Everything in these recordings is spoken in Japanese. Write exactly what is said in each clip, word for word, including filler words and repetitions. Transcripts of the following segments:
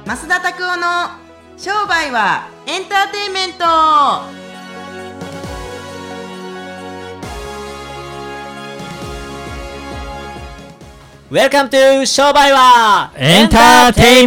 増田拓夫の商売はエンターテインメント。 Welcome to 商売はエンターテイ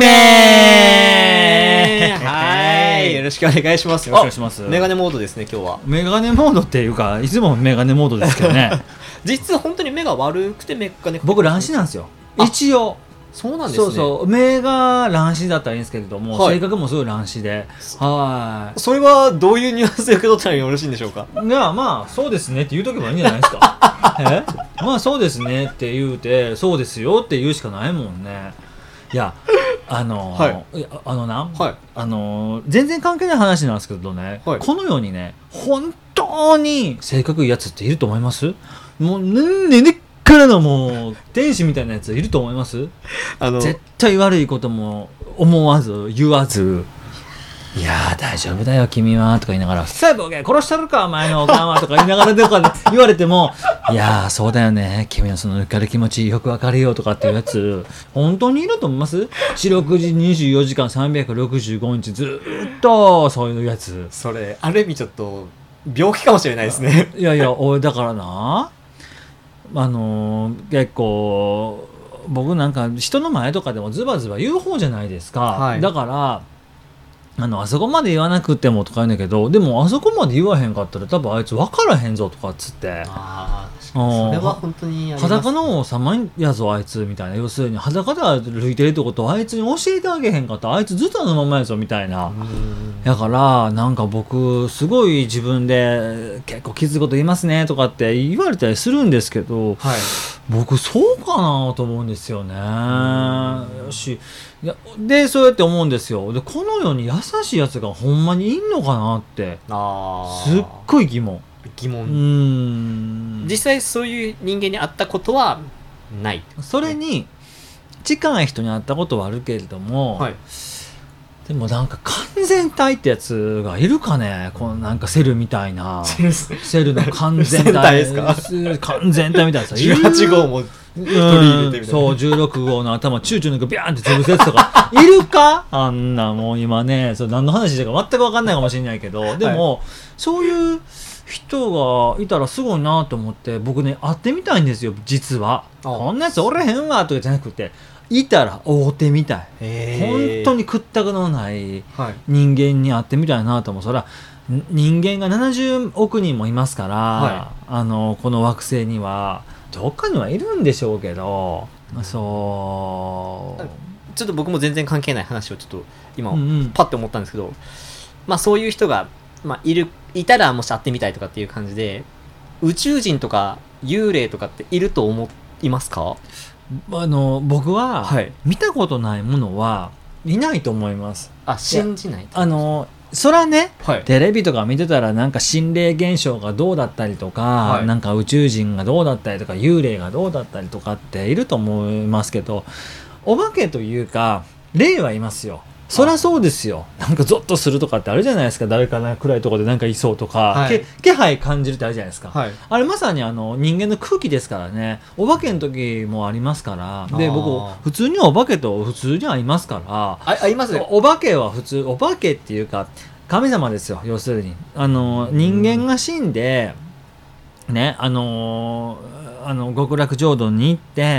メント。はい、よろしくお願いします。 よろしくお願いします。 メガネモードですね、今日は。 メガネモードっていうか、いつもメガネモードですけどね。 実は本当に目が悪くてメガネ。 僕乱視なんですよ。一応。 そうなんですね。 そうそう、目が乱視だったらいいんですけれども、はい、性格もすごい乱視で、はい。 それはどういうニュアンスで受け取ったらよろしいんでしょうか。 いや、まあそうですねって言うとけばいいんじゃないですか。えまあそうですねって言うて、そうですよって言うしかないもんね。いや、あのーはい、あのな、はい、あのー、全然関係ない話なんですけどね、はい、このようにね、本当に性格いいやつっていると思います？もうねねからのもう天使みたいなやついると思います？あの絶対悪いことも思わず言わず、いやー大丈夫だよ君はとか言いながら、さあボケ殺したるかお前のおかんはとか言いながらとか言われても、いやーそうだよね君のその抜かる気持ちよくわかるよとかっていうやつ本当にいると思います？四六時にじゅうよじかんさんびゃくろくじゅうごにちずっとそういうやつ。 それある意味ちょっと病気かもしれないですね。 いやいや俺だからな、あのー、結構僕なんか人の前とかでもズバズバ言う方じゃないですか、はい、だからあのあそこまで言わなくてもとか言うんだけど、でもあそこまで言わへんかったら多分あいつ分からへんぞとかっつって、 あそれは本当にあります、ね、 裸の王様やぞあいつみたいな、要するに裸で歩いてるってことはあいつに教えてあげへんかったらあいつずっとあのままやぞみたいな。だからなんか僕すごい自分で結構きついこと言いますねとかって言われたりするんですけど、はい、僕そうかなと思うんですよね。よしいやでそうやって思うんですよ。でこのように優しいやつがほんまにいんのかなってあすっごい疑問疑問。 うーん実際そういう人間に会ったことはない。 それに近い人に会ったことはあるけれども、はい、でもなんか完全体ってやつがいるかね。このなんかセルみたいなセルの完全体ですか。 完全体みたいなさ、 じゅうはち号も取り入れてみたいな。 そうじゅうろく号の頭チューチューなんかビャーンって潰すやつとかいるか。あんなもう今ね、それ何の話だか全く分かんないかもしれないけど、でも、はい、そういう人がいたらすごいなと思って僕ね会ってみたいんですよ実は。こんなやつおれへんわとかじゃなくて、いたら会うてみたい。本当に屈託のない人間に会ってみたいなと思う。そら人間がななじゅうおくにんもいますから、はい、あのこの惑星にはどっかにはいるんでしょうけど、そうちょっと僕も全然関係ない話をちょっと今パッて思ったんですけど、うんうん、まあそういう人が、まあ、いるいたらもし会ってみたいとかっていう感じで、宇宙人とか幽霊とかっていると思いますか？ あの僕は見たことないものはいないと思います。 あ、信じない。 あのそらね、はい、テレビとか見てたらなんか心霊現象がどうだったりとか、はい、なんか宇宙人がどうだったりとか幽霊がどうだったりとかっていると思いますけど、お化けというか霊はいますよ。そりゃそうですよ。なんかゾッとするとかってあるじゃないですか。誰かな暗いところでなんかいそうとか、はい、気配感じるってあるじゃないですか、はい、あれまさにあの人間の空気ですからね。お化けの時もありますから。で僕普通にお化けと普通に会いますから。 あ、ありますね。 お化けは普通、お化けっていうか神様ですよ。要するにあの人間が死んでね、あのーあの極楽浄土に行って、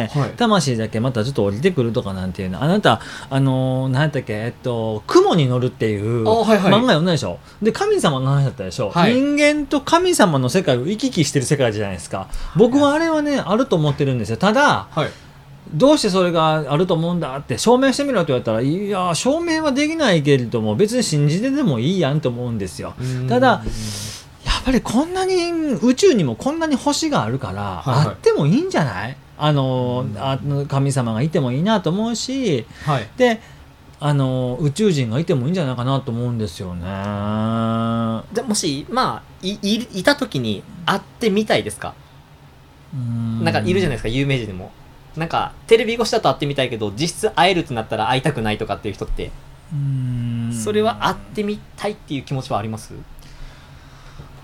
はい、魂だけまたちょっと降りてくるとかなんていうの、あなたあのー、何やったっけ、えっと雲に乗るっていう漫画読んだでしょ。で神様の話だったでしょ、はい、人間と神様の世界を行き来してる世界じゃないですか。僕はあれはねあると思ってるんですよ。ただ、はい、どうしてそれがあると思うんだって証明してみろって言われたら、いや証明はできないけれども別に信じてでもいいやんと思うんですよ。ただやっぱりこんなに宇宙にもこんなに星があるから、はいはい、あってもいいんじゃない？あの、うん、あの神様がいてもいいなと思うし、はい、であの宇宙人がいてもいいんじゃないかなと思うんですよね。 でもし、まあ、い, い, いた時に会ってみたいですか？うーん、なんかいるじゃないですか、有名人でも。なんかテレビ越しだと会ってみたいけど実質会えるってなったら会いたくないとかっていう人って、うーん、それは会ってみたいっていう気持ちはあります？ 会っ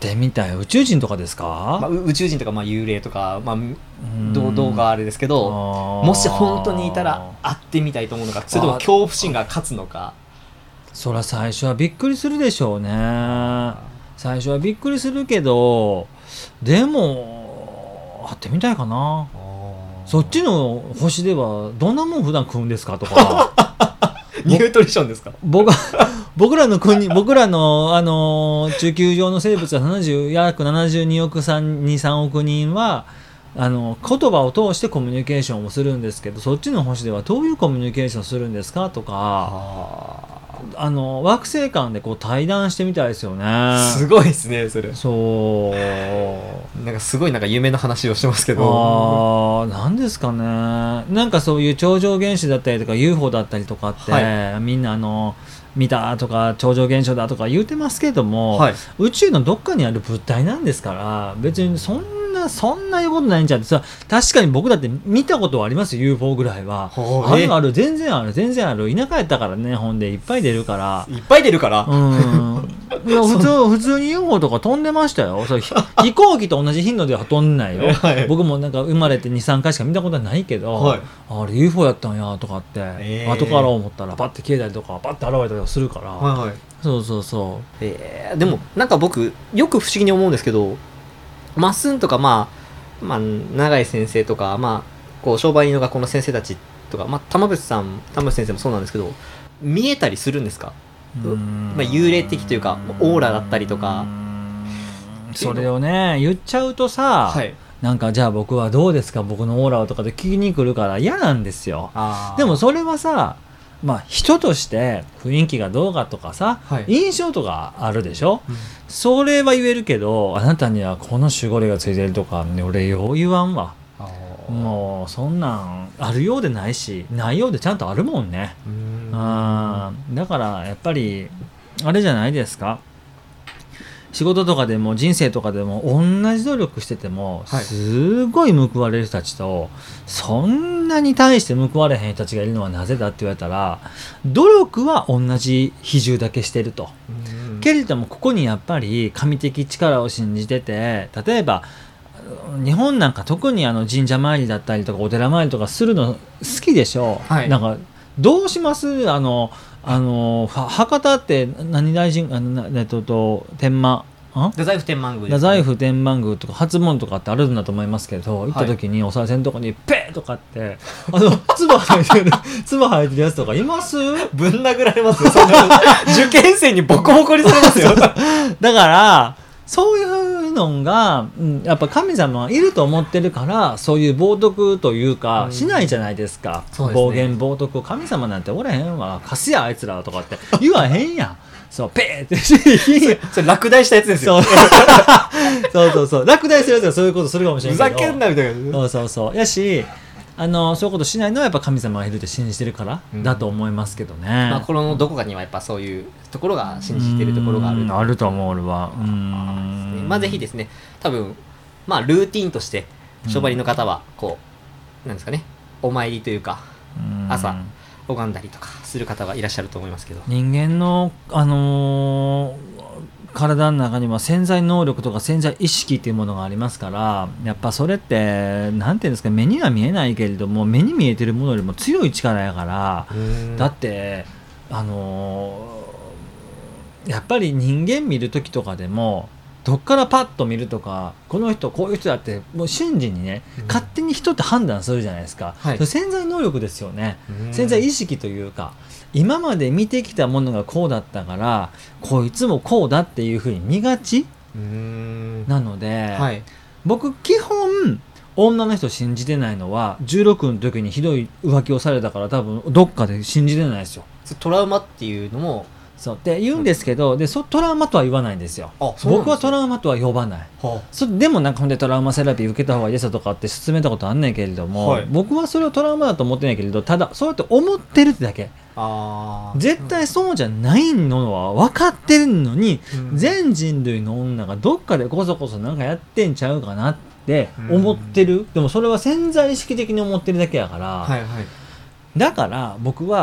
ってみたい。宇宙人とかですか？ まあ、宇宙人とか、まあ、幽霊とか、まあ、どうどうかあれですけど、もし本当にいたら会ってみたいと思うのか、それとも恐怖心が勝つのか。 そら最初はびっくりするでしょうね。最初はびっくりするけど、でも会ってみたいかな。そっちの星ではどんなもん普段食うんですかとかニュートリションですか？ 僕僕らの国僕らの、あのー、地球上の生物はななじゅう約ななじゅうにおくに、さんおく人はあの言葉を通してコミュニケーションをするんですけど、そっちの星ではどういうコミュニケーションするんですかとか、あの惑星間でこう対談してみたいですよね。 すごいですねそれ。 そうなんかすごいなんか夢の話をしてますけど、 あなんですかね、なんかそういう超常現象だったりとか ユーフォー だったりとかって、はい、みんなあの見たとか超常現象だとか言うてますけども、はい、宇宙のどっかにある物体なんですから、別にそんなそんな言うことないんじゃんってさ。確かに僕だって見たことはありますよ ユーフォー ぐらいは。あるある全然ある全然ある。田舎やったからね、ほんでいっぱい出るからいっぱい出るからうんいや普通普通に ユーフォー とか飛んでましたよ。それ飛行機と同じ頻度では飛んでないよ、はい、僕もなんか生まれて にさんかいしか見たことはないけど、はい、あれ ユーフォー やったんやとかって、えー、後から思ったらパッて消えたりとかパッて現れたりするから、はいはい、そうそうそう、 えー、でもなんか僕よく不思議に思うんですけど、まっすんとかまあまあ、永井先生とか、まあ、こう商売人の学校の先生たちとか、まあ、玉渕さん玉渕先生もそうなんですけど、見えたりするんですか？まあ、幽霊的というかオーラだったりとか。 それをね言っちゃうとさ、はい、なんかじゃあ僕はどうですか僕のオーラをとかで聞きに来るから嫌なんですよ。でもそれはさ、まあ、人として雰囲気がどうかとかさ、はい、印象とかあるでしょ、うん、それは言えるけど、あなたにはこの守護霊がついてるとか、ね、俺よう言わんわ。もうそんなんあるようでないし、ないようでちゃんとあるもんね。うん、あだからやっぱりあれじゃないですか、仕事とかでも人生とかでも同じ努力しててもすごい報われる人たちと、そんなに対して報われへん人たちがいるのはなぜだって言われたら、努力は同じ比重だけしてると、うん、けれどもここにやっぱり神的力を信じてて、例えば日本なんか特にあの神社参りだったりとかお寺参りとかするの好きでしょ、はい、なんかどうしますあのあの博多って何大臣あのえっとと天満太宰府天満宮太宰府天満宮とか初門とかってあるんだと思いますけど、行った時にお賽銭のとこにペーとかってあの唾吐いてる唾吐いてるやつとかいます？ ぶん殴られますよそんな受験生にボコボコにされますよだからそういうのが、うん、やっぱ神様はいると思ってるから、そういう冒涜というかしないじゃないですか、うん、ですね、暴言冒涜、神様なんておれへんわ、貸すやあいつらとかって言わへんやんそうペーってそれ落第したやつですよそうそうそう落第するやつがそういうことするかもしれないけど、 ふざけんなみたいな、 そうそうそうやし、あのそういうことしないのはやっぱ神様がいるって信じてるからだと思いますけどね、うん、 まあ、心のどこかにはやっぱそういうところが信じてるところがあるあると思う俺は。うーん、 まあぜひですね、多分まあルーティーンとして商売人の方はこうなんですかね、お参りというか朝拝んだりとかする方がいらっしゃると思いますけど、 人間のあのー体の中には潜在能力とか潜在意識っていうものがありますから、やっぱそれってなんていうんですか、目には見えないけれども目に見えてるものよりも強い力やから、だってあのー、やっぱり人間見るときとかでもどっからパッと見るとか、この人こういう人だってもう瞬時にね、うん、勝手に人って判断するじゃないですか、はい、それ潜在能力ですよね。潜在意識というか、今まで見てきたものがこうだったからこいつもこうだっていうふうに見がちなので、はい、僕基本女の人信じてないのはじゅうろくの時にひどい浮気をされたから多分どっかで信じてないですよ。 トラウマっていうのもそうって言うんですけど、でそトラウマとは言わないんですよ。あ、そうなんですね。僕はトラウマとは呼ばない、はあ、そでもなんかほんでトラウマセラピー受けた方がいいですよとかって勧めたことあんねんけれども、はい、僕はそれをトラウマだと思ってないけれど、ただそうやって思ってるってだけ。あ、絶対そうじゃないのは分かってるのに、うん、全人類の女がどっかでこそこそなんかやってんちゃうかなって思ってる、うん、でもそれは潜在意識的に思ってるだけやから、はいはい、だから僕は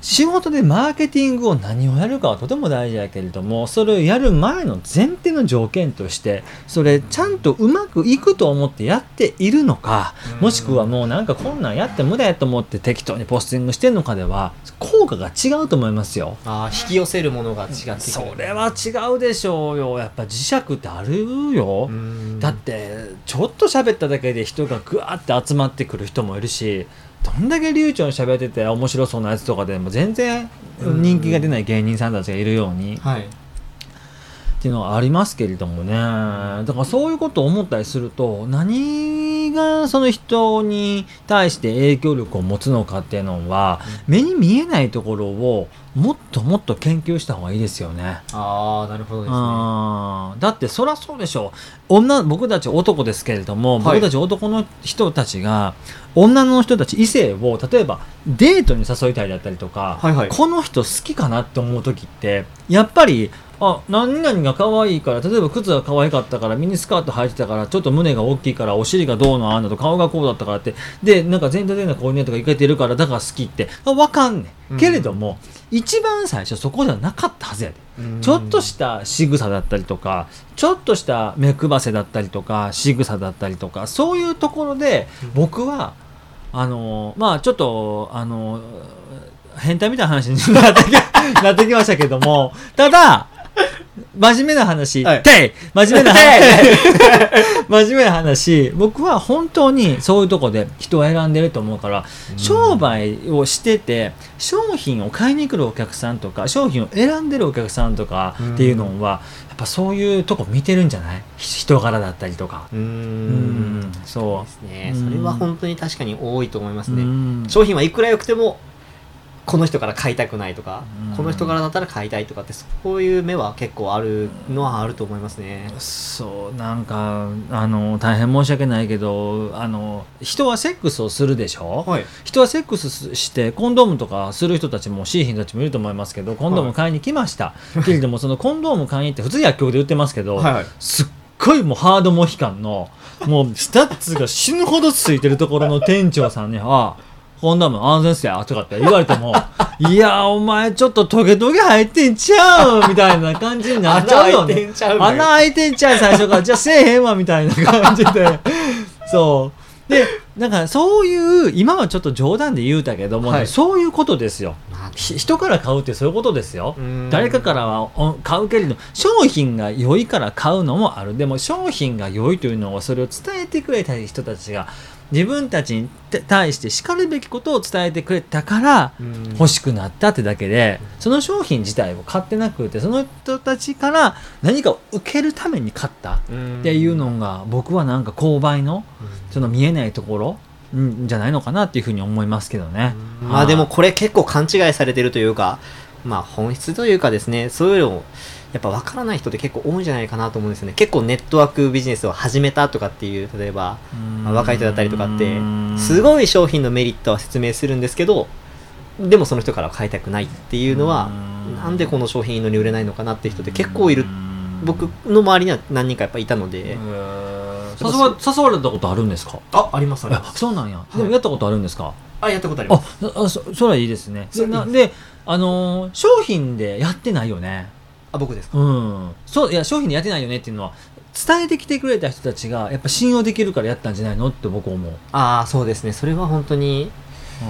仕事でマーケティングを何をやるかはとても大事やけれども、それをやる前の前提の条件としてそれちゃんとうまくいくと思ってやっているのか、もしくはもうなんかこんなんやって無駄やと思って適当にポスティングしてるのかでは効果が違うと思いますよ。 あ引き寄せるものが違ってくる。 それは違うでしょうよ。やっぱ磁石ってあるよ。だってちょっと喋っただけで人がグワーって集まってくる人もいるし、どんだけ流暢に喋ってて面白そうなやつとかでも全然人気が出ない芸人さんたちがいるように、はい、っていうのはありますけれどもね。だからそういうことを思ったりすると、何がその人に対して影響力を持つのかっていうのは、うん、目に見えないところをもっともっと研究した方がいいですよね。 ああ、なるほどですね。 あだってそりゃそうでしょう。女僕たち男ですけれども、はい、僕たち男の人たちが女の人たち異性を例えばデートに誘いたいだったりとか、はいはい、この人好きかなって思う時ってやっぱりあ何々が可愛いから、例えば靴が可愛かったからミニスカート履いてたからちょっと胸が大きいからお尻がどうのあんのと顔がこうだったからってでなんか全体的なコーディネートがいけてるからだから好きって分かんねん、うん、けれども一番最初そこじゃなかったはずやで、うん、ちょっとした仕草だったりとかちょっとした目配せだったりとか仕草だったりとかそういうところで僕はあのまあちょっとあの変態みたいな話になってき、なってきましたけども、ただ真面目な話、はい、て真面目な話真面目な話、僕は本当にそういうとこで人を選んでると思うから、うん、商売をしてて商品を買いに来るお客さんとか商品を選んでるお客さんとかっていうのは、やっぱそういうとこ見てるんじゃない？人柄だったりとか。うーん、うんそうですね。それは本当に確かに多いと思いますね。商品はいくら良くてもこの人から買いたくないとか、うん、この人からだったら買いたいとかってそういう目は結構あるのはあると思いますね。 そうなんかあの大変申し訳ないけどあの人はセックスをするでしょ、はい、人はセックスしてコンドームとかする人たちもシーヒンたちもいると思いますけどコンドーム買いに来ました、はい、けれどもそのコンドーム買いに行って普通薬局で売ってますけど、はいはい、すっごいもうハードモヒカンのもうスタッツが死ぬほどついてるところの店長さんにあコンドーム安全っすよとかって言われてもいやお前ちょっとトゲトゲ入ってんちゃうみたいな感じになっちゃうよね。穴開いてんちゃう最初からじゃあせえへんわみたいな感じでそうでなんかそういう今はちょっと冗談で言うたけども、はい、そういうことですよ。人から買うってそういうことですよ。誰かからは買うけれど商品が良いから買うのもある。でも商品が良いというのはそれを伝えてくれた人たちが自分たちに対してしかるべきことを伝えてくれたから欲しくなったってだけで、その商品自体を買ってなくてその人たちから何かを受けるために買ったっていうのが僕はなんか購買のその見えないところんじゃないのかなっていうふうに思いますけどね。 まあでもこれ結構勘違いされてるというか、まあ本質というかですね、そういうのをやっぱ分からない人って結構多いんじゃないかなと思うんですよね。結構ネットワークビジネスを始めたとかっていう例えば、まあ、若い人だったりとかってすごい商品のメリットは説明するんですけど、でもその人からは買いたくないっていうのはなんでこの商品いいのに売れないのかなっていう人って結構いる。僕の周りには何人かやっぱいたので。 誘わ、誘われたことあるんですか？ あ、ありますあります。 そうなんや。でもやったことあるんですか？ あ、やったことあります。 あ、あそ、それはいいですね。で、なで、あのー、商品でやってないよね。 あ、僕ですか？ うん。そう、いや、商品でやってないよねっていうのは、伝えてきてくれた人たちが、やっぱ信用できるからやったんじゃないのって僕思う。 ああ、そうですね。それは本当に、うん、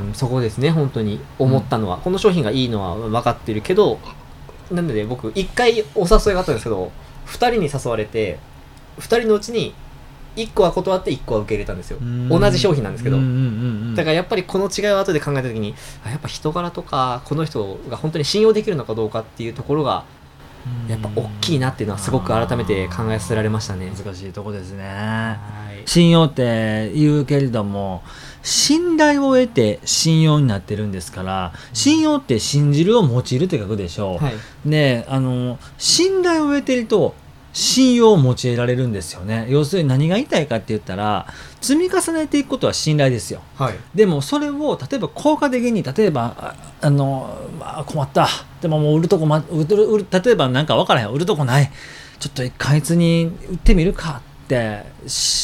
そこですね。本当に思ったのは、うん、この商品がいいのは分かってるけど、なので僕、一回お誘いがあったんですけど、二人に誘われて、二人のうちにいっこは断っていっこは受け入れたんですよ。同じ商品なんですけど、だからやっぱりこの違いを後で考えた時にあやっぱ人柄とかこの人が本当に信用できるのかどうかっていうところがやっぱ大きいなっていうのはすごく改めて考えさせられましたね。 難しいとこですね。はい、信用って言うけれども信頼を得て信用になってるんですから、信用って信じるを用いるって書くでしょう。はい、で、あの信頼を得てると信用を用いられるんですよね。要するに何が言いたいかって言ったら積み重ねていくことは信頼ですよ。はい、でもそれを例えば効果的に例えば あ, あの、まあ、困ったでももう売るとこ、ま、売る売る例えばなんか分からへん売るとこないちょっと一回あいつに売ってみるかって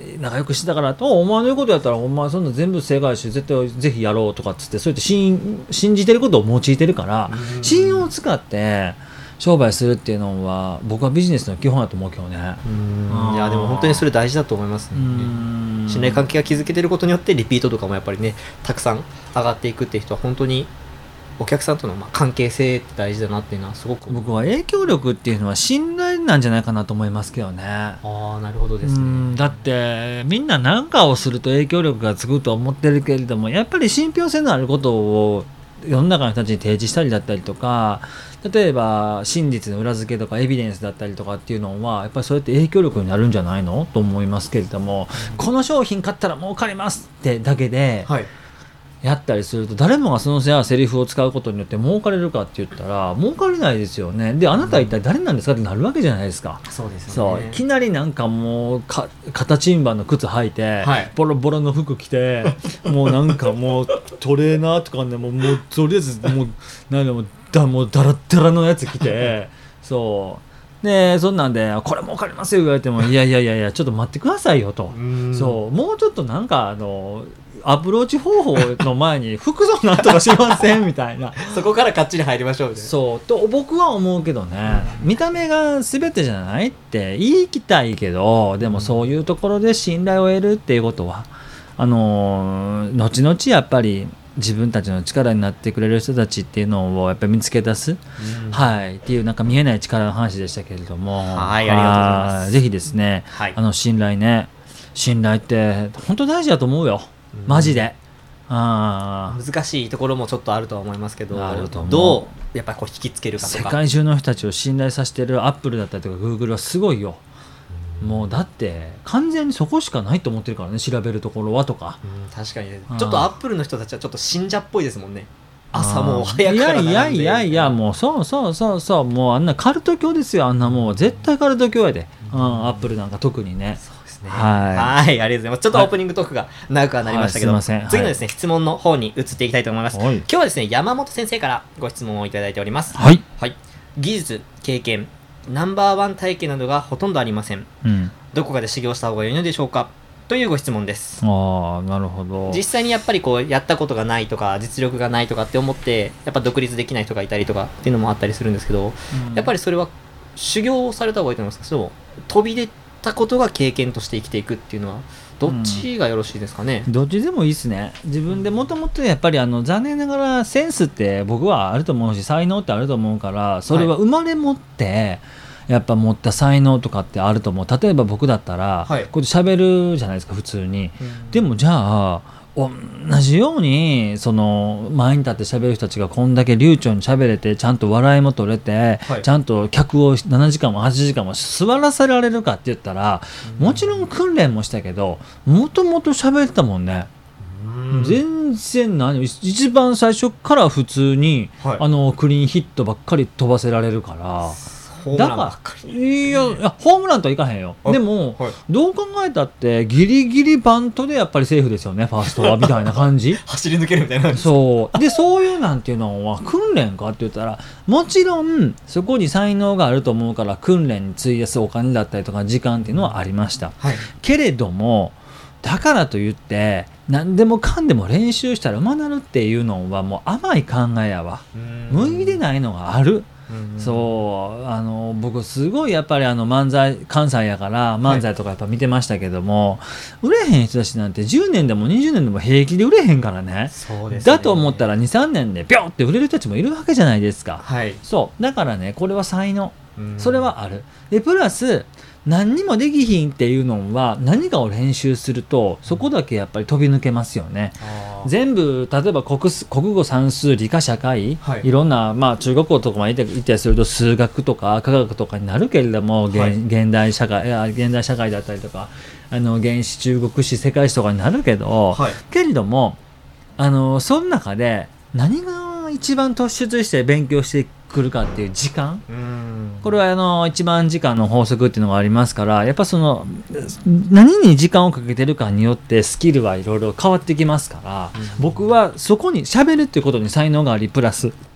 仲良くしてたからとお前の言うことやったらお前そんな全部正解し絶対ぜひやろうとかっつってそうやって信信じてることを用いてるから信用を使って商売するっていうのは僕はビジネスの基本だと思うけどね。 うんいやでも本当にそれ大事だと思いますね。信頼関係が築けてることによってリピートとかもやっぱりねたくさん上がっていくっていう人は本当にお客さんとのまあ関係性って大事だなっていうのはすごく僕は影響力っていうのは信頼なんじゃないかなと思いますけどね。 ああなるほどですね。 だってみんな何かをすると影響力がつくと思ってるけれどもやっぱり信憑性のあることを世の中の人たちに提示したりだったりとか例えば真実の裏付けとかエビデンスだったりとかっていうのはやっぱりそうやって影響力になるんじゃないのと思いますけれども、うん、この商品買ったら儲かりますってだけでやったりすると誰もがそのセリフを使うことによって儲かれるかって言ったら儲かれないですよね。であなたは一体誰なんですかってなるわけじゃないですか、 うん、そうですよね。そういきなりなんかもうか肩チンバンの靴履いて、はい、ボロボロの服着てもうなんかもうトレーナーとかねもう、もうとりあえずもうなんでもだもうダラッダラのやつ着てそうでそんなんでこれ儲かりますよ言われてもいやいやいやいやちょっと待ってくださいよとそうもうちょっとなんかあのアプローチ方法の前に服装なんとかしませんみたいなそこからかっちり入りましょうみたいなそうと僕は思うけどね見た目が全てじゃないって言いきたいけどでもそういうところで信頼を得るっていうことはあのー、後々やっぱり自分たちの力になってくれる人たちっていうのをやっぱり見つけ出す、うんはい、っていうなんか見えない力の話でしたけれどもはいありがとうございます。 ぜひですね、はい、あの信頼ね信頼って本当大事だと思うよマジで。あ難しいところもちょっとあるとは思いますけどどうやっぱりこう引きつけるかとか世界中の人たちを信頼させてるアップルだったりとかグーグルはすごいよ。もうだって完全にそこしかないと思ってるからね調べるところはとか、 うん、確かに、ね、ちょっとアップルの人たちはちょっと信者っぽいですもんね。朝もう早くから並んでいやいやいやいやもうそうそうそうそうもうあんなカルト教ですよあんなもう絶対カルト教やで、うんうん、アップルなんか特にね。 そうですねはい、はい、ありがとうございます。ちょっとオープニングトークが長くはなりましたけど、はい、すいません次のですね、はい、質問の方に移っていきたいと思います、はい、今日はですね山本先生からご質問をいただいております。 はい、はい、 技術経験ナンバーワン体験などがほとんどありません、うんどこかで修行した方がいいのでしょうかというご質問です。 ああなるほど。 実際にやっぱりこうやったことがないとか実力がないとかって思ってやっぱ独立できない人がいたりとかっていうのもあったりするんですけど、うん、やっぱりそれは修行をされた方がいいと思いますかそう飛び出たことが経験として生きていくっていうのはどっちがよろしいですかね、 うん、どっちでもいいですね。自分でもともとやっぱりあの残念ながらセンスって僕はあると思うし才能ってあると思うからそれは生まれ持って、はいやっぱ持った才能とかってあると思う。例えば僕だったら、はい、こうやって喋るじゃないですか普通に、うん、でもじゃあ同じようにその前に立って喋る人たちがこんだけ流暢に喋れてちゃんと笑いも取れて、はい、ちゃんと客をななじかんもはちじかんも座らせられるかって言ったら、うん、もちろん訓練もしたけどもともと喋ってたもんね。うん、全然何一番最初から普通に、はい、あのクリーンヒットばっかり飛ばせられるからだからいやいやホームランとはいかへんよ。でも、はい、どう考えたってギリギリバントでやっぱりセーフですよねファーストはみたいな感じ走り抜けるみたいなそうでそういうなんていうのは訓練かって言ったらもちろんそこに才能があると思うから訓練に費やすお金だったりとか時間っていうのはありました、はい、けれどもだからといって何でもかんでも練習したら馬なるっていうのはもう甘い考えやわ。向いてないのがある。そうあの僕すごいやっぱりあの漫才関西やから漫才とかやっぱ見てましたけども、はい、売れへん人たちなんてじゅうねんでもにじゅうねんでも平気で売れへんからね。 そうですね。 だと思ったら にさんねんでピョンって売れる人たちもいるわけじゃないですか、 はい、 そうだからねこれは才能それはある。でプラス何にもできひんっていうのは何かを練習するとそこだけやっぱり飛び抜けますよね。全部例えば 国, 国語算数理科社会、はい、いろんな、まあ、中学校とかまで行ったりすると数学とか科学とかになるけれども、はい、現代社会現代社会だったりとかあの原始中国史世界史とかになるけど、はい、けれどもあのその中で何が一番突出して勉強してくるかっていう時間、うんこれはあの一番時間の法則っていうのがありますからやっぱその何に時間をかけてるかによってスキルはいろいろ変わってきますから、うん、僕はそこに喋るっていうことに才能がありプラス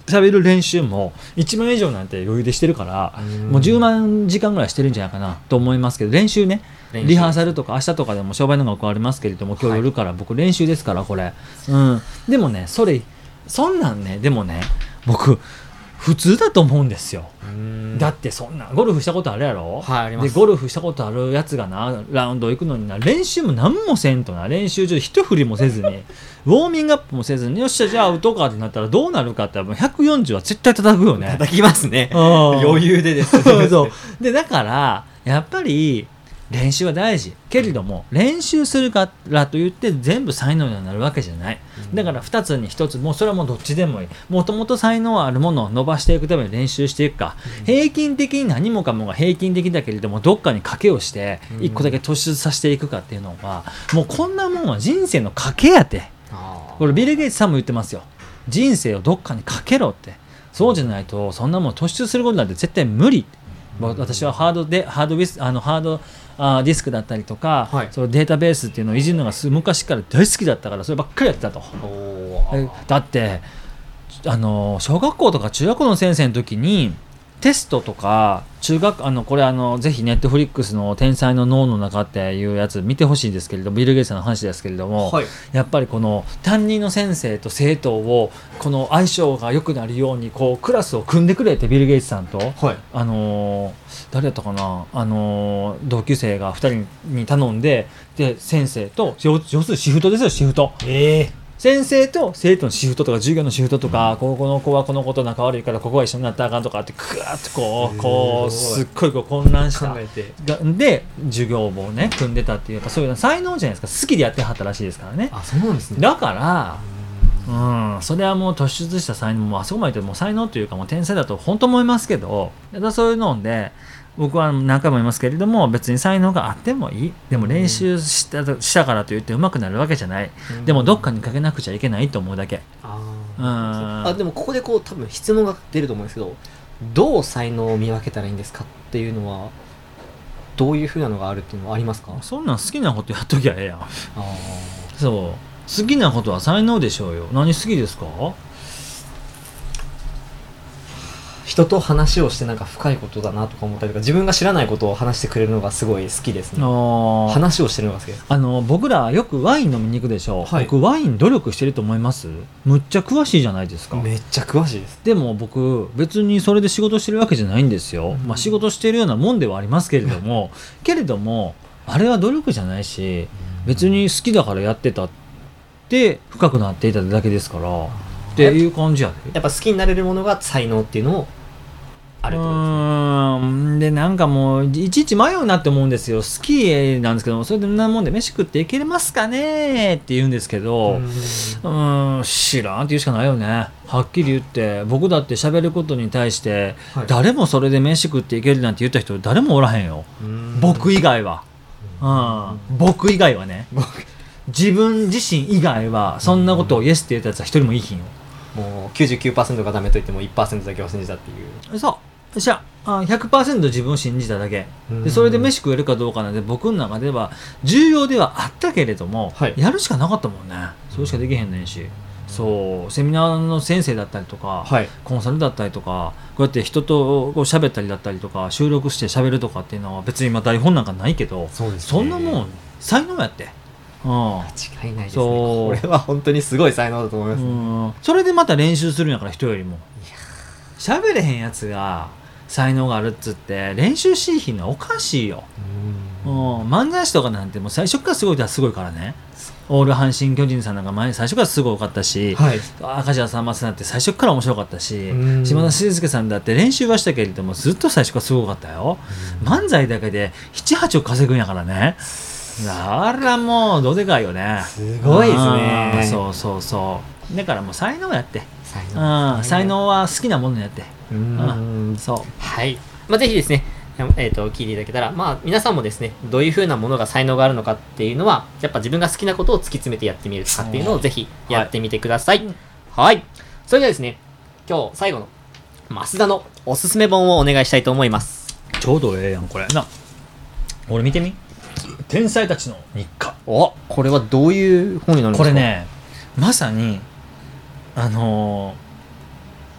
喋る練習もいちまん以上なんて余裕でしてるから、うもうじゅうまん時間ぐらいしてるんじゃないかなと思いますけど、練習ね、リハーサルとか明日とかでも商売の学校ありますけれども、今日夜から僕練習ですからこれ、うん、でもねそれそんなんね、でもね僕普通だと思うんですよ。だってそんなゴルフしたことあるやろ、 はい、あります。 でゴルフしたことあるやつがなラウンド行くのにな、練習も何もせんとな、練習中一振りもせずにウォーミングアップもせずによっしゃじゃあ打とうかってなったらどうなるかってひゃくよんじゅうは絶対叩くよね。 叩きますね余裕でですそうでだからやっぱり練習は大事けれども、練習するからといって全部才能になるわけじゃない。だからふたつにひとつ、もうそれはもうどっちでもいい。もともと才能あるものを伸ばしていくために練習していくか、平均的に何もかもが平均的だけれどもどっかに賭けをしていっこだけ突出させていくかっていうのは、もうこんなもんは人生の賭けやて。これビル・ゲイツさんも言ってますよ。人生をどっかに賭けろって。そうじゃないとそんなもん突出することなんて絶対無理。私はハードでハードウィスあのハードあディスクだったりとか、はい、そのデータベースっていうのをいじるのが昔から大好きだったからそればっかりやってたと。だってあの小学校とか中学校の先生の時にテストとか中学あのこれあのぜひネットフリックスの天才の脳の中っていうやつ見てほしいんですけれども、ビル・ゲイツさんの話ですけれども、はい、やっぱりこの担任の先生と生徒をこの相性が良くなるようにこうクラスを組んでくれってビル・ゲイツさんと、はい、あの誰だったかな、あの同級生がふたりに頼んで、で先生と要するにシフトですよ、シフト、えー先生と生徒のシフトとか授業のシフトとか、うん、ここの子はこの子と仲悪いからここは一緒になったらあかんとかってグワッとこうこうすっごいこう混乱した考えてで授業をね組んでたっていう、やっぱそういう才能じゃないですか。好きでやってはったらしいですからね。 あ、そうなんですね。 だからうん、それはもう突出した才能もあそこまで言っても才能というかもう天才だと本当思いますけど、だそういうので僕は何回も言いますけれども、別に才能があってもいい。でも練習した、したからといって上手くなるわけじゃない。でもどっかにかけなくちゃいけないと思うだけ。 ああでもここでこう多分質問が出ると思うんですけど、どう才能を見分けたらいいんですかっていうのはどういうふうなのがあるっていうのはありますか？ そんなん好きなことやっときゃええやん。あそう好きなことは才能でしょうよ。何好きですか？ 人と話をしてなんか深いことだなとか思ったりとか、自分が知らないことを話してくれるのがすごい好きですね。あ話をしてるのが好きです。 あの僕らよくワイン飲みに行くでしょ、はい、僕ワイン努力してると思います？むっちゃ詳しいじゃないですか。 めっちゃ詳しいです。 でも僕別にそれで仕事してるわけじゃないんですよ、うんまあ、仕事してるようなもんではありますけれどもけれどもあれは努力じゃないし、別に好きだからやってたって深くなっていただけですからっていう感じやで。 やっぱ好きになれるものが才能っていうのをあると思うんですね。でなんかもういちいち迷うなって思うんですよ。好きなんですけども、それでなもんで飯食っていけますかねって言うんですけど、うん知らんって言うしかないよね。はっきり言って僕だって喋ることに対して、はい、誰もそれで飯食っていけるなんて言った人誰もおらへんよ。僕以外は、うん、僕以外はね自分自身以外はそんなことをイエスって言ったやつは一人もいいひんよ。 もう きゅうじゅうきゅうパーセント がダメと言っても いちパーセント だけを信じたっていう。 そうじゃあ ひゃくパーセント 自分を信じただけで、それで飯食えるかどうかなんで僕の中では重要ではあったけれども、はい、やるしかなかったもんね。それしかできへんねんし、そうセミナーの先生だったりとか、はい、コンサルだったりとか、こうやって人とこう喋ったりだったりとか収録して喋るとかっていうのは別に今台本なんかないけど、 そうですね、そんなもん才能やって、うん、 間違いないですね。これは本当にすごい才能だと思います、ね、 うんそれでまた練習するんやから人よりも。喋れへんやつが才能があるっつって練習しいひんのはおかしいよ。うん、漫才師とかなんてもう最初からすごい人はすごいからね。オール阪神巨人さんなんか前最初からすごかったし、はい、明石家さんまさんだって最初から面白かったし、島田紳介さんだって練習はしたけれどもずっと最初からすごかったよ。漫才だけでななはちを稼ぐんやからね。あらもうどでかいよね。 すごいですね。 そうそうそうだからもう才能やって才能、ね、才能は好きなものやってうん、 うん、そうはい、まあ、ぜひですねえー、と聞いていただけたら、まあ、皆さんもですねどういう風なものが才能があるのかっていうのはやっぱ自分が好きなことを突き詰めてやってみるとかっていうのをぜひやってみてください。はい、はい、それではですね今日最後の増田のおすすめ本をお願いしたいと思います。 ちょうどええやんこれな。俺見てみ天才たちの日課。 おこれはどういう本になるんですか？ これねまさにあの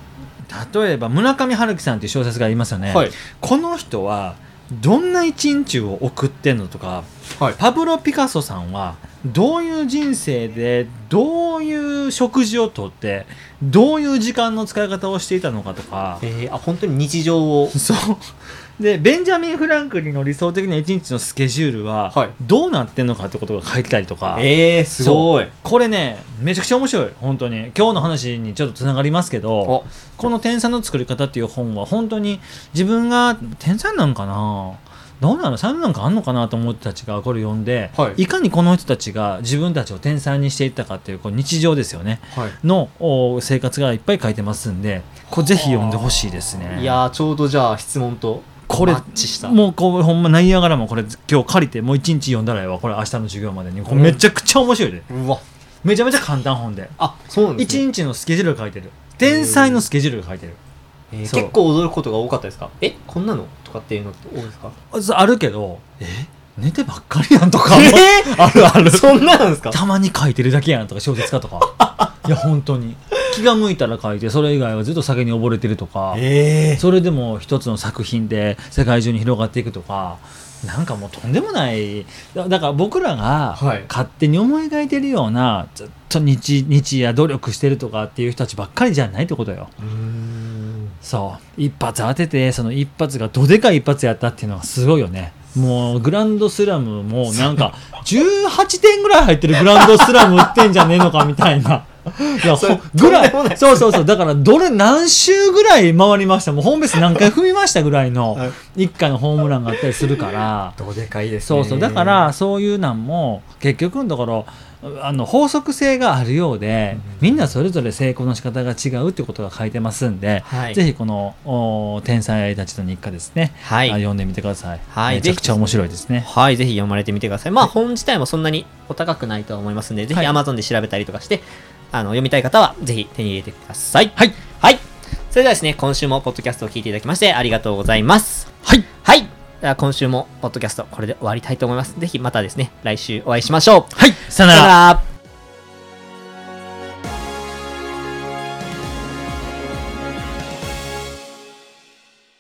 例えば村上春樹さんという小説がありますよね、 はい、 この人はどんな一日を送ってんのとか、はい、パブロ・ピカソさんはどういう人生でどういう食事をとってどういう時間の使い方をしていたのかとか、 えー、あ本当に日常をそうでベンジャミン・フランクリンの理想的な一日のスケジュールはどうなってんのかってことが書いてたりとか、 えー、すごいこれねめちゃくちゃ面白い本当に今日の話にちょっとつながりますけど、この天才の作り方っていう本は本当に自分が天才なんかなどうなの才能なんかあんのかなと思ってたちがこれ読んで、はい、いかにこの人たちが自分たちを天才にしていったかっていうこう日常ですよね、はい、の生活がいっぱい書いてますんでこれぜひ読んでほしいですね。 いやちょうどじゃあ質問とこれマッチしたもうこうほんまないやがらもこれ今日借りてもう一日読んだらよこれ明日の授業までにこれめちゃくちゃ面白いで、うん、うわめちゃめちゃ簡単本であそうなんですね、 一日のスケジュールが書いてる天才のスケジュールが書いてる、 えー、結構驚くことが多かったですか？えこんなのとかっていうのって多いですか？ あるけどえ寝てばっかりやんとか、 えー、あるあるそんななんですか？ たまに書いてるだけやんとか小説家とかいや本当に気が向いたら書いてそれ以外はずっと酒に溺れてるとか、 えー、 それでも一つの作品で世界中に広がっていくとかなんかもうとんでもないだから僕らが勝手に思い描いてるようなずっと日日夜努力してるとかっていう人たちばっかりじゃないってことよ。 うーんそう一発当ててその一発がどでかい一発やったっていうのがすごいよね。もうグランドスラムもなんかじゅうはちてんぐらい入ってるグランドスラム売ってんじゃねえのかみたいないやぐらいそうそうそうだからどれ何周ぐらい回りましたもうホームベース何回踏みましたぐらいの一回のホームランがあったりするからどでかいですね。 そうそうだからそういうなんも結局のところあの法則性があるようで、うん、みんなそれぞれ成功の仕方が違うっていうことが書いてますんで、はい、ぜひこの天才たちの日課ですね、はい、読んでみてください、はい、めちゃくちゃ面白いですね。 はいぜひ読まれてみてください。まあ本自体もそんなにお高くないとは思いますので、ぜひ Amazon で調べたりとかして、はい、あの読みたい方はぜひ手に入れてください。はい、はい、それではですね今週もポッドキャストを聞いていただきましてありがとうございます。 はいはいでは今週もポッドキャストこれで終わりたいと思います。ぜひまたですね来週お会いしましょう。 はいさよなら。